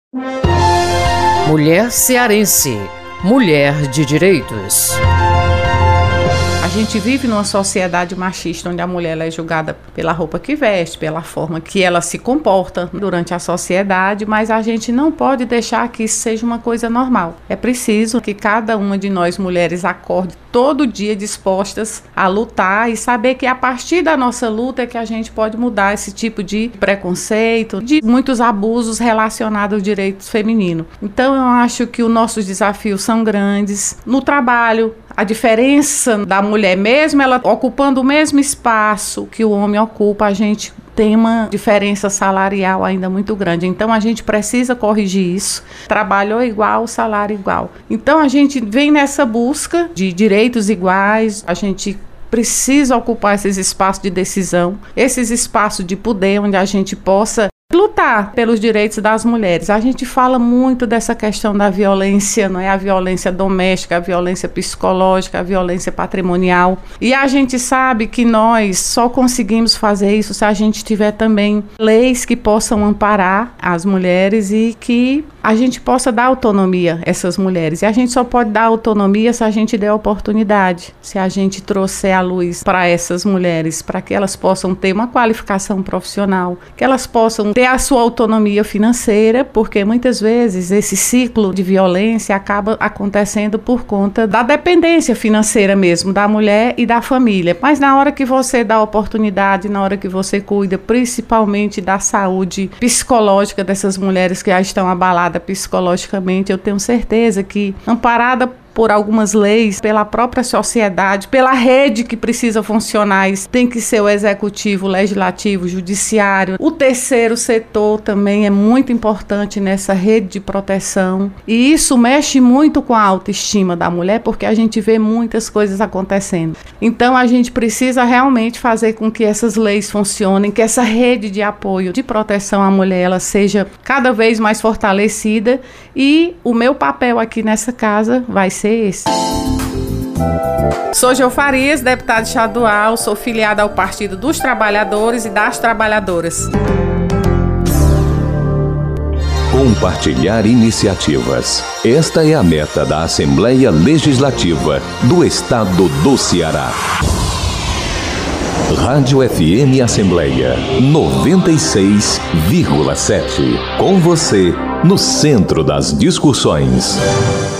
Mulher cearense, mulher de direitos. A gente vive numa sociedade machista onde a mulher ela é julgada pela roupa que veste, pela forma que ela se comporta durante a sociedade, mas a gente não pode deixar que isso seja uma coisa normal. É preciso que cada uma de nós mulheres acorde todo dia dispostas a lutar e saber que a partir da nossa luta é que a gente pode mudar esse tipo de preconceito, de muitos abusos relacionados aos direitos femininos. Então eu acho que os nossos desafios são grandes. No trabalho, a diferença da mulher, mesmo ela ocupando o mesmo espaço que o homem ocupa, a gente tem uma diferença salarial ainda muito grande. Então a gente precisa corrigir isso. Trabalho igual, salário igual. Então a gente vem nessa busca de direitos iguais, a gente precisa ocupar esses espaços de decisão, esses espaços de poder onde a gente possa lutar pelos direitos das mulheres. A gente fala muito dessa questão da violência, não é? A violência doméstica, a violência psicológica, a violência patrimonial. E a gente sabe que nós só conseguimos fazer isso se a gente tiver também leis que possam amparar as mulheres e que a gente possa dar autonomia a essas mulheres. E a gente só pode dar autonomia se a gente der oportunidade, se a gente trouxer a luz para essas mulheres, para que elas possam ter uma qualificação profissional, que elas possam ter a sua autonomia financeira, porque muitas vezes esse ciclo de violência acaba acontecendo por conta da dependência financeira mesmo da mulher e da família. Mas na hora que você dá oportunidade, na hora que você cuida principalmente da saúde psicológica dessas mulheres que já estão abaladas psicologicamente, eu tenho certeza que, amparada por algumas leis, pela própria sociedade, pela rede que precisa funcionar, tem que ser o executivo, o legislativo, o judiciário. O terceiro setor também é muito importante nessa rede de proteção, e isso mexe muito com a autoestima da mulher, porque a gente vê muitas coisas acontecendo. Então a gente precisa realmente fazer com que essas leis funcionem, que essa rede de apoio, de proteção à mulher, ela seja cada vez mais fortalecida, e o meu papel aqui nessa casa vai ser esse. Sou Jo Farias, deputada estadual, sou filiada ao Partido dos Trabalhadores e das Trabalhadoras. Compartilhar iniciativas. Esta é a meta da Assembleia Legislativa do Estado do Ceará. Rádio FM Assembleia 96,7. Com você, no centro das discussões.